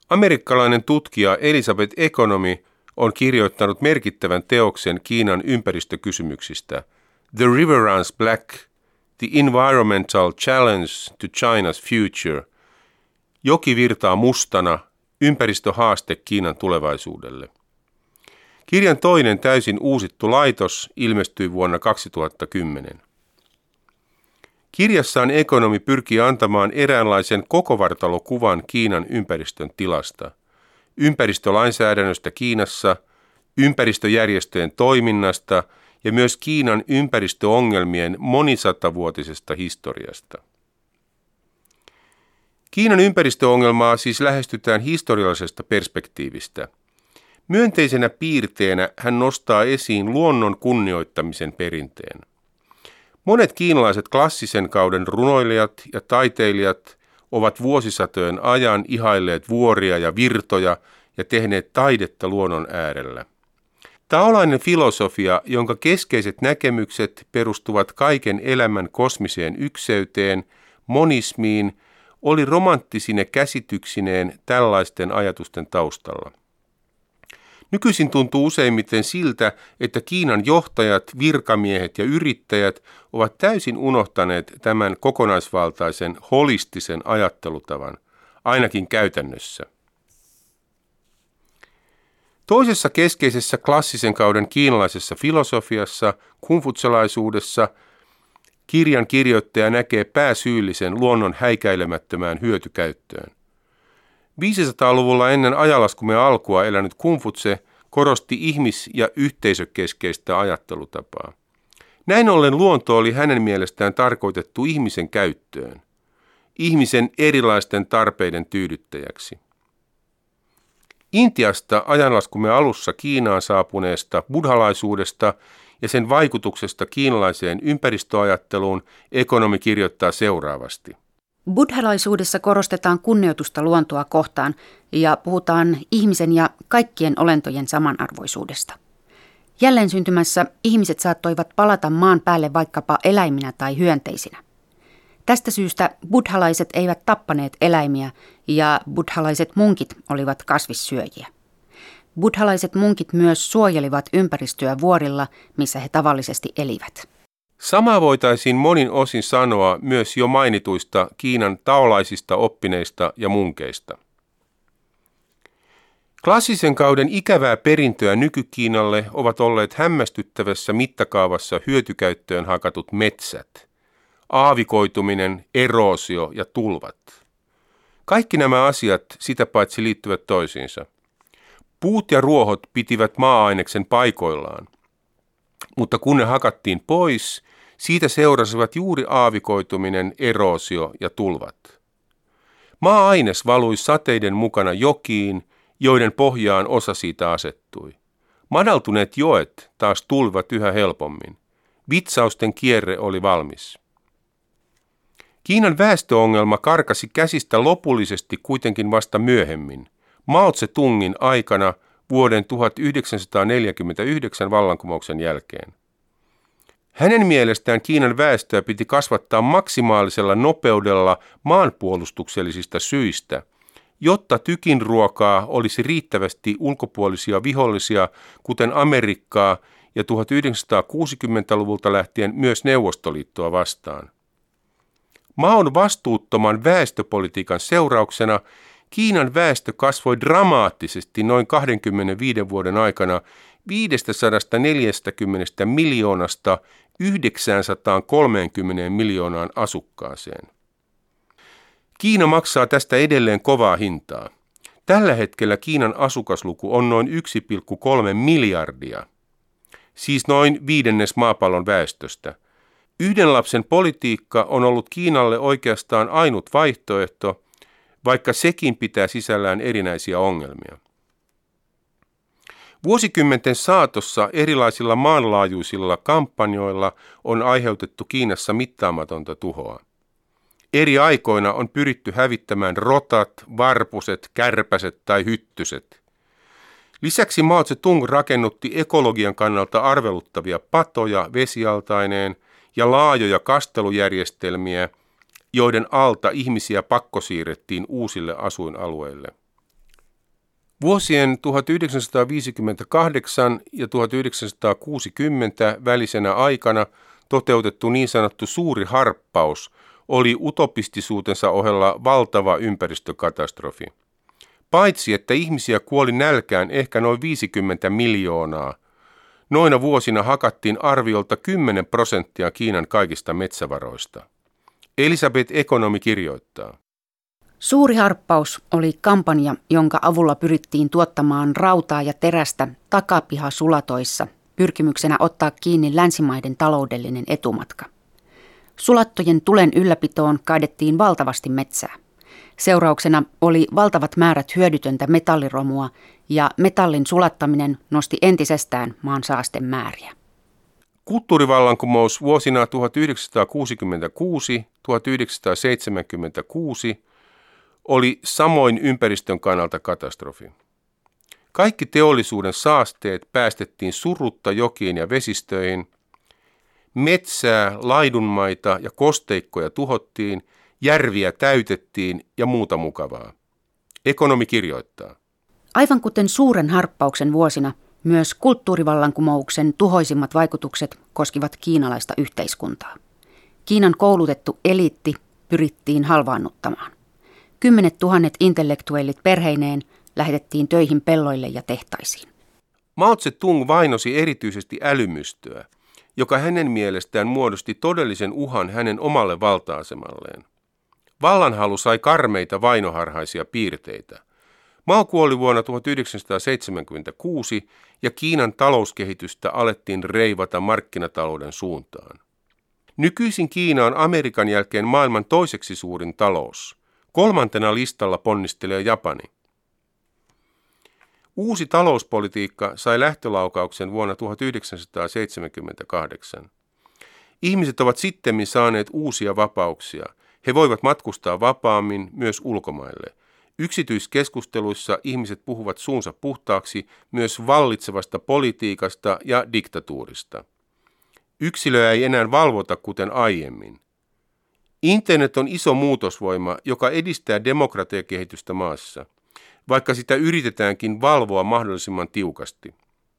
Amerikkalainen tutkija Elizabeth Economy on kirjoittanut merkittävän teoksen Kiinan ympäristökysymyksistä The River Runs Black, The Environmental Challenge to China's Future. Joki virtaa mustana, ympäristöhaaste Kiinan tulevaisuudelle. Kirjan toinen täysin uusittu laitos ilmestyi vuonna 2010. Kirjassaan Economy pyrkii antamaan eräänlaisen kokovartalokuvan Kiinan ympäristön tilasta, ympäristölainsäädännöstä Kiinassa, ympäristöjärjestöjen toiminnasta ja myös Kiinan ympäristöongelmien monisatavuotisesta historiasta. Kiinan ympäristöongelmaa siis lähestytään historiallisesta perspektiivistä. Myönteisenä piirteenä hän nostaa esiin luonnon kunnioittamisen perinteen. Monet kiinalaiset klassisen kauden runoilijat ja taiteilijat ovat vuosisatojen ajan ihailleet vuoria ja virtoja ja tehneet taidetta luonnon äärellä. Taolainen filosofia, jonka keskeiset näkemykset perustuvat kaiken elämän kosmiseen ykseyteen, monismiin, oli romanttisine käsityksineen tällaisten ajatusten taustalla. Nykyisin tuntuu useimmiten siltä, että Kiinan johtajat, virkamiehet ja yrittäjät ovat täysin unohtaneet tämän kokonaisvaltaisen, holistisen ajattelutavan, ainakin käytännössä. Toisessa keskeisessä klassisen kauden kiinalaisessa filosofiassa, konfutsialaisuudessa, kirjan kirjoittaja näkee pääsyyllisen luonnon häikäilemättömään hyötykäyttöön. 500-luvulla ennen ajanlaskumme alkua elänyt Konfutse korosti ihmis- ja yhteisökeskeistä ajattelutapaa. Näin ollen luonto oli hänen mielestään tarkoitettu ihmisen käyttöön, ihmisen erilaisten tarpeiden tyydyttäjäksi. Intiasta ajanlaskumme alussa Kiinaan saapuneesta buddhalaisuudesta ja sen vaikutuksesta kiinalaiseen ympäristöajatteluun Economy kirjoittaa seuraavasti. Buddhalaisuudessa korostetaan kunnioitusta luontoa kohtaan ja puhutaan ihmisen ja kaikkien olentojen samanarvoisuudesta. Jälleen syntymässä ihmiset saattoivat palata maan päälle vaikkapa eläiminä tai hyönteisinä. Tästä syystä buddhalaiset eivät tappaneet eläimiä ja buddhalaiset munkit olivat kasvissyöjiä. Buddhalaiset munkit myös suojelivat ympäristöä vuorilla, missä he tavallisesti elivät. Sama voitaisiin monin osin sanoa myös jo mainituista Kiinan taolaisista oppineista ja munkeista. Klassisen kauden ikävää perintöä nyky-Kiinalle ovat olleet hämmästyttävässä mittakaavassa hyötykäyttöön hakatut metsät, aavikoituminen, eroosio ja tulvat. Kaikki nämä asiat sitä paitsi liittyvät toisiinsa. Puut ja ruohot pitivät maa-aineksen paikoillaan, mutta kun ne hakattiin pois, siitä seurasivat juuri aavikoituminen, eroosio ja tulvat. Maa-aines valui sateiden mukana jokiin, joiden pohjaan osa siitä asettui. Madaltuneet joet taas tulvat yhä helpommin. Vitsausten kierre oli valmis. Kiinan väestöongelma karkasi käsistä lopullisesti kuitenkin vasta myöhemmin, Mao Tse-tungin aikana vuoden 1949 vallankumouksen jälkeen. Hänen mielestään Kiinan väestöä piti kasvattaa maksimaalisella nopeudella maanpuolustuksellisista syistä, jotta tykinruokaa olisi riittävästi ulkopuolisia vihollisia, kuten Amerikkaa ja 1960-luvulta lähtien myös Neuvostoliittoa vastaan. Maon vastuuttoman väestöpolitiikan seurauksena Kiinan väestö kasvoi dramaattisesti noin 25 vuoden aikana 540 miljoonasta 930 miljoonaan asukkaaseen. Kiina maksaa tästä edelleen kovaa hintaa. Tällä hetkellä Kiinan asukasluku on noin 1,3 miljardia, siis noin 1/5 maapallon väestöstä. Yhden lapsen politiikka on ollut Kiinalle oikeastaan ainut vaihtoehto, vaikka sekin pitää sisällään erinäisiä ongelmia. Vuosikymmenten saatossa erilaisilla maanlaajuisilla kampanjoilla on aiheutettu Kiinassa mittaamatonta tuhoa. Eri aikoina on pyritty hävittämään rotat, varpuset, kärpäset tai hyttyset. Lisäksi Mao Tse-tung rakennutti ekologian kannalta arveluttavia patoja vesialtaineen ja laajoja kastelujärjestelmiä, joiden alta ihmisiä pakkosiirrettiin uusille asuinalueille. Vuosien 1958 ja 1960 välisenä aikana toteutettu niin sanottu suuri harppaus oli utopistisuutensa ohella valtava ympäristökatastrofi. Paitsi että ihmisiä kuoli nälkään ehkä noin 50 miljoonaa, noina vuosina hakattiin arviolta 10% Kiinan kaikista metsävaroista. Elisabeth Ekonomi kirjoittaa. Suuri harppaus oli kampanja, jonka avulla pyrittiin tuottamaan rautaa ja terästä takapihasulatoissa, pyrkimyksenä ottaa kiinni länsimaiden taloudellinen etumatka. Sulattojen tulen ylläpitoon kaadettiin valtavasti metsää. Seurauksena oli valtavat määrät hyödytöntä metalliromua ja metallin sulattaminen nosti entisestään maan saastemääriä. Kulttuurivallankumous vuosina 1966-1976 oli samoin ympäristön kannalta katastrofi. Kaikki teollisuuden saasteet päästettiin surutta jokiin ja vesistöihin, metsää, laidunmaita ja kosteikkoja tuhottiin, järviä täytettiin ja muuta mukavaa. Ekonomi kirjoittaa. Aivan kuten suuren harppauksen vuosina, myös kulttuurivallankumouksen tuhoisimmat vaikutukset koskivat kiinalaista yhteiskuntaa. Kiinan koulutettu eliitti pyrittiin halvaannuttamaan. 10 000 intellektuellit perheineen lähetettiin töihin pelloille ja tehtaisiin. Mao Tse-tung vainosi erityisesti älymystöä, joka hänen mielestään muodosti todellisen uhan hänen omalle valta-asemalleen. Vallanhalu sai karmeita vainoharhaisia piirteitä. Mao kuoli vuonna 1976 ja Kiinan talouskehitystä alettiin reivata markkinatalouden suuntaan. Nykyisin Kiina on Amerikan jälkeen maailman toiseksi suurin talous. 3. listalla ponnistelee Japani. Uusi talouspolitiikka sai lähtölaukauksen vuonna 1978. Ihmiset ovat sittemmin saaneet uusia vapauksia. He voivat matkustaa vapaammin myös ulkomaille. Yksityiskeskusteluissa ihmiset puhuvat suunsa puhtaaksi myös vallitsevasta politiikasta ja diktatuurista. Yksilöä ei enää valvota kuten aiemmin. Internet on iso muutosvoima, joka edistää demokratiakehitystä maassa, vaikka sitä yritetäänkin valvoa mahdollisimman tiukasti.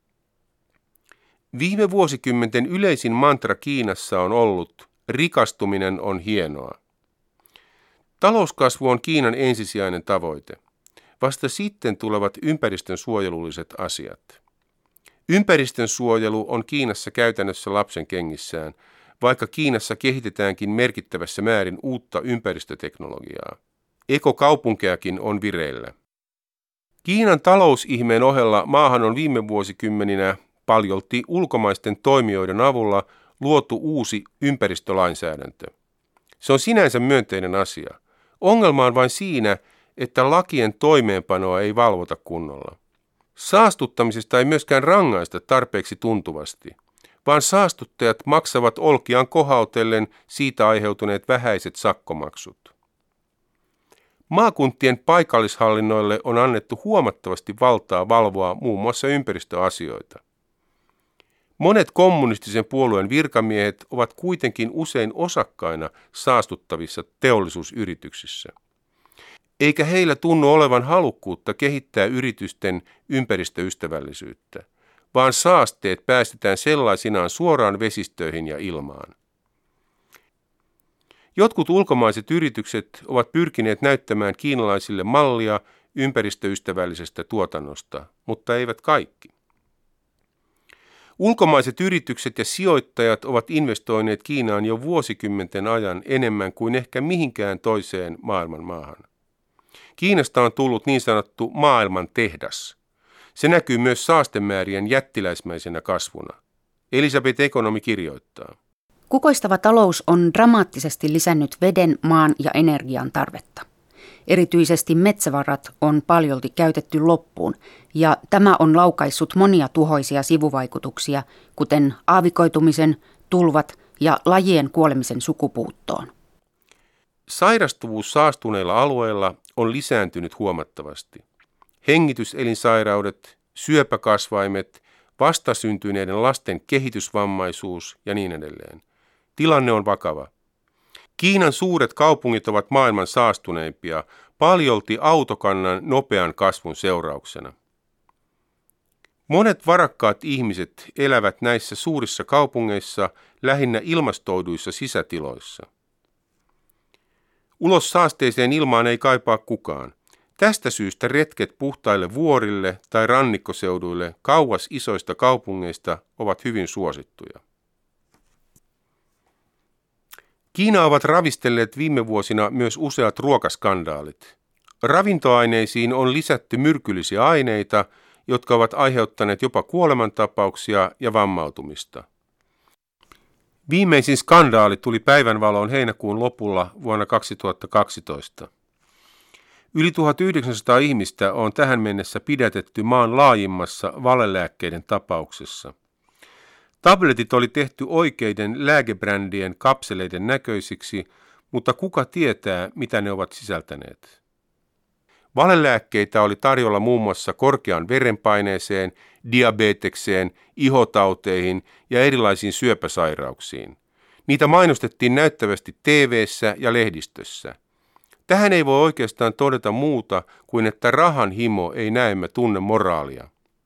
Viime vuosikymmenten yleisin mantra Kiinassa on ollut, rikastuminen on hienoa. Talouskasvu on Kiinan ensisijainen tavoite. Vasta sitten tulevat ympäristön suojelulliset asiat. Ympäristön suojelu on Kiinassa käytännössä lapsen kengissään, vaikka Kiinassa kehitetäänkin merkittävässä määrin uutta ympäristöteknologiaa. Ekokaupunkejakin on vireillä. Kiinan talousihmeen ohella maahan on viime vuosikymmeninä paljolti ulkomaisten toimijoiden avulla luotu uusi ympäristölainsäädäntö. Se on sinänsä myönteinen asia. Ongelma on vain siinä, että lakien toimeenpanoa ei valvota kunnolla. Saastuttamisesta ei myöskään rangaista tarpeeksi tuntuvasti, vaan saastuttajat maksavat olkiaan kohautellen siitä aiheutuneet vähäiset sakkomaksut. Maakuntien paikallishallinnoille on annettu huomattavasti valtaa valvoa muun muassa ympäristöasioita. Monet kommunistisen puolueen virkamiehet ovat kuitenkin usein osakkaina saastuttavissa teollisuusyrityksissä. Eikä heillä tunnu olevan halukkuutta kehittää yritysten ympäristöystävällisyyttä, vaan saasteet päästetään sellaisinaan suoraan vesistöihin ja ilmaan. Jotkut ulkomaiset yritykset ovat pyrkineet näyttämään kiinalaisille mallia ympäristöystävällisestä tuotannosta, mutta eivät kaikki. Ulkomaiset yritykset ja sijoittajat ovat investoineet Kiinaan jo vuosikymmenten ajan enemmän kuin ehkä mihinkään toiseen maailman maahan. Kiinasta on tullut niin sanottu maailman tehdas. Se näkyy myös saastemäärien jättiläismäisenä kasvuna. Elisabeth Ekonomi kirjoittaa. Kukoistava talous on dramaattisesti lisännyt veden, maan ja energian tarvetta. Erityisesti metsävarat on paljolti käytetty loppuun, ja tämä on laukaissut monia tuhoisia sivuvaikutuksia, kuten aavikoitumisen, tulvat ja lajien kuolemisen sukupuuttoon. Sairastuvuus saastuneilla alueilla on lisääntynyt huomattavasti. Hengityselinsairaudet, syöpäkasvaimet, vastasyntyneiden lasten kehitysvammaisuus ja niin edelleen. Tilanne on vakava. Kiinan suuret kaupungit ovat maailman saastuneimpia, paljolti autokannan nopean kasvun seurauksena. Monet varakkaat ihmiset elävät näissä suurissa kaupungeissa lähinnä ilmastoiduissa sisätiloissa. Ulos saasteiseen ilmaan ei kaipaa kukaan. Tästä syystä retket puhtaille vuorille tai rannikkoseuduille kauas isoista kaupungeista ovat hyvin suosittuja. Kiinaa ovat ravistelleet viime vuosina myös useat ruokaskandaalit. Ravintoaineisiin on lisätty myrkyllisiä aineita, jotka ovat aiheuttaneet jopa kuolemantapauksia ja vammautumista. Viimeisin skandaali tuli päivänvaloon heinäkuun lopulla vuonna 2012. Yli 1900 ihmistä on tähän mennessä pidätetty maan laajimmassa valelääkkeiden tapauksessa. Tabletit oli tehty oikeiden lääkebrändien kapseleiden näköisiksi, mutta kuka tietää, mitä ne ovat sisältäneet. Valelääkkeitä oli tarjolla muun muassa korkeaan verenpaineeseen, diabetekseen, ihotauteihin ja erilaisiin syöpäsairauksiin. Niitä mainostettiin näyttävästi TV:ssä ja lehdistössä. Tähän ei voi oikeastaan todeta muuta kuin, että rahan himo ei näemmä tunne moraalia.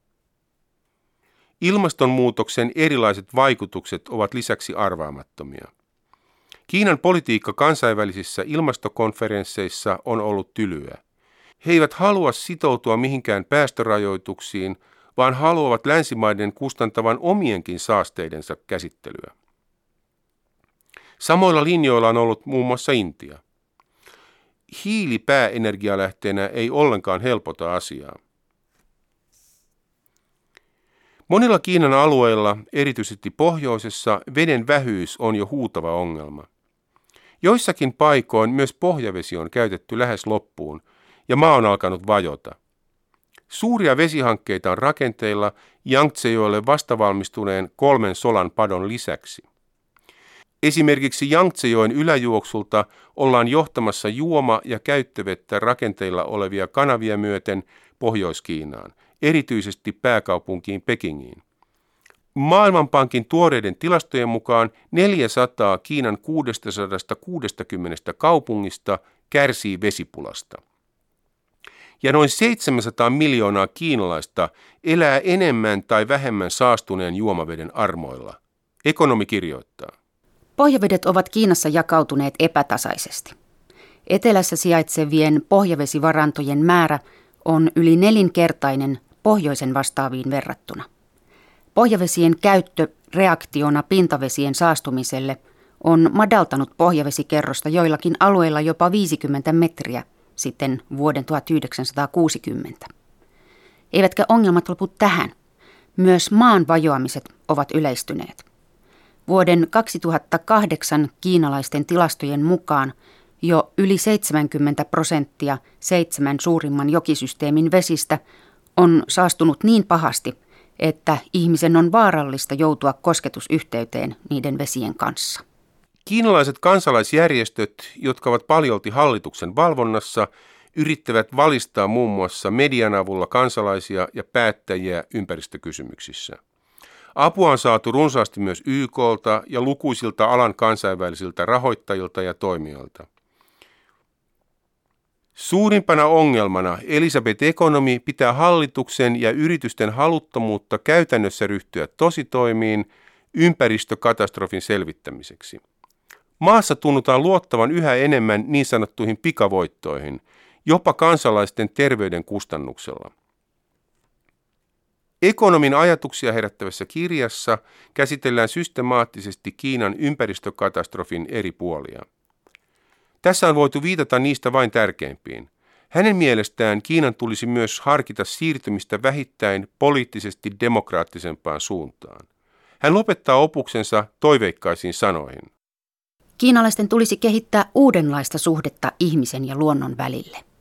Ilmastonmuutoksen erilaiset vaikutukset ovat lisäksi arvaamattomia. Kiinan politiikka kansainvälisissä ilmastokonferensseissa on ollut tylyä. He eivät halua sitoutua mihinkään päästörajoituksiin, vaan haluavat länsimaiden kustantavan omienkin saasteidensa käsittelyä. Samoilla linjoilla on ollut muun muassa Intia. Hiili pääenergialähteenä ei ollenkaan helpota asiaa. Monilla Kiinan alueilla, erityisesti pohjoisessa, veden vähyys on jo huutava ongelma. Joissakin paikoin myös pohjavesi on käytetty lähes loppuun ja maa on alkanut vajota. Suuria vesihankkeita on rakenteilla Jangtsejoelle vastavalmistuneen 3 solan padon lisäksi. Esimerkiksi Jangtsejoen yläjuoksulta ollaan johtamassa juoma- ja käyttövettä rakenteilla olevia kanavia myöten Pohjois-Kiinaan, erityisesti pääkaupunkiin Pekingiin. Maailmanpankin tuoreiden tilastojen mukaan 400 Kiinan 660 kaupungista kärsii vesipulasta. Ja noin 700 miljoonaa kiinalaista elää enemmän tai vähemmän saastuneen juomaveden armoilla. Ekonomi kirjoittaa. Pohjavedet ovat Kiinassa jakautuneet epätasaisesti. Etelässä sijaitsevien pohjavesivarantojen määrä on yli 4-kertainen pohjoisen vastaaviin verrattuna. Pohjavesien käyttö reaktiona pintavesien saastumiselle on madaltanut pohjavesikerrosta joillakin alueilla jopa 50 metriä sitten vuoden 1960. Eivätkä ongelmat lopu tähän. Myös maan vajoamiset ovat yleistyneet. Vuoden 2008 kiinalaisten tilastojen mukaan jo yli 70% 7 suurimman jokisysteemin vesistä on saastunut niin pahasti, että ihmisen on vaarallista joutua kosketusyhteyteen niiden vesien kanssa. Kiinalaiset kansalaisjärjestöt, jotka ovat paljolti hallituksen valvonnassa, yrittävät valistaa muun muassa median avulla kansalaisia ja päättäjiä ympäristökysymyksissä. Apua on saatu runsaasti myös YK:lta ja lukuisilta alan kansainvälisiltä rahoittajilta ja toimijoilta. Suurimpana ongelmana Elizabeth Economy pitää hallituksen ja yritysten haluttomuutta käytännössä ryhtyä tositoimiin ympäristökatastrofin selvittämiseksi. Maassa tunnutaan luottavan yhä enemmän niin sanottuihin pikavoittoihin, jopa kansalaisten terveyden kustannuksella. Ekonomin ajatuksia herättävässä kirjassa käsitellään systemaattisesti Kiinan ympäristökatastrofin eri puolia. Tässä on voitu viitata niistä vain tärkeimpiin. Hänen mielestään Kiinan tulisi myös harkita siirtymistä vähittäin poliittisesti demokraattisempaan suuntaan. Hän lopettaa opuksensa toiveikkaisiin sanoihin. Kiinalaisten tulisi kehittää uudenlaista suhdetta ihmisen ja luonnon välille.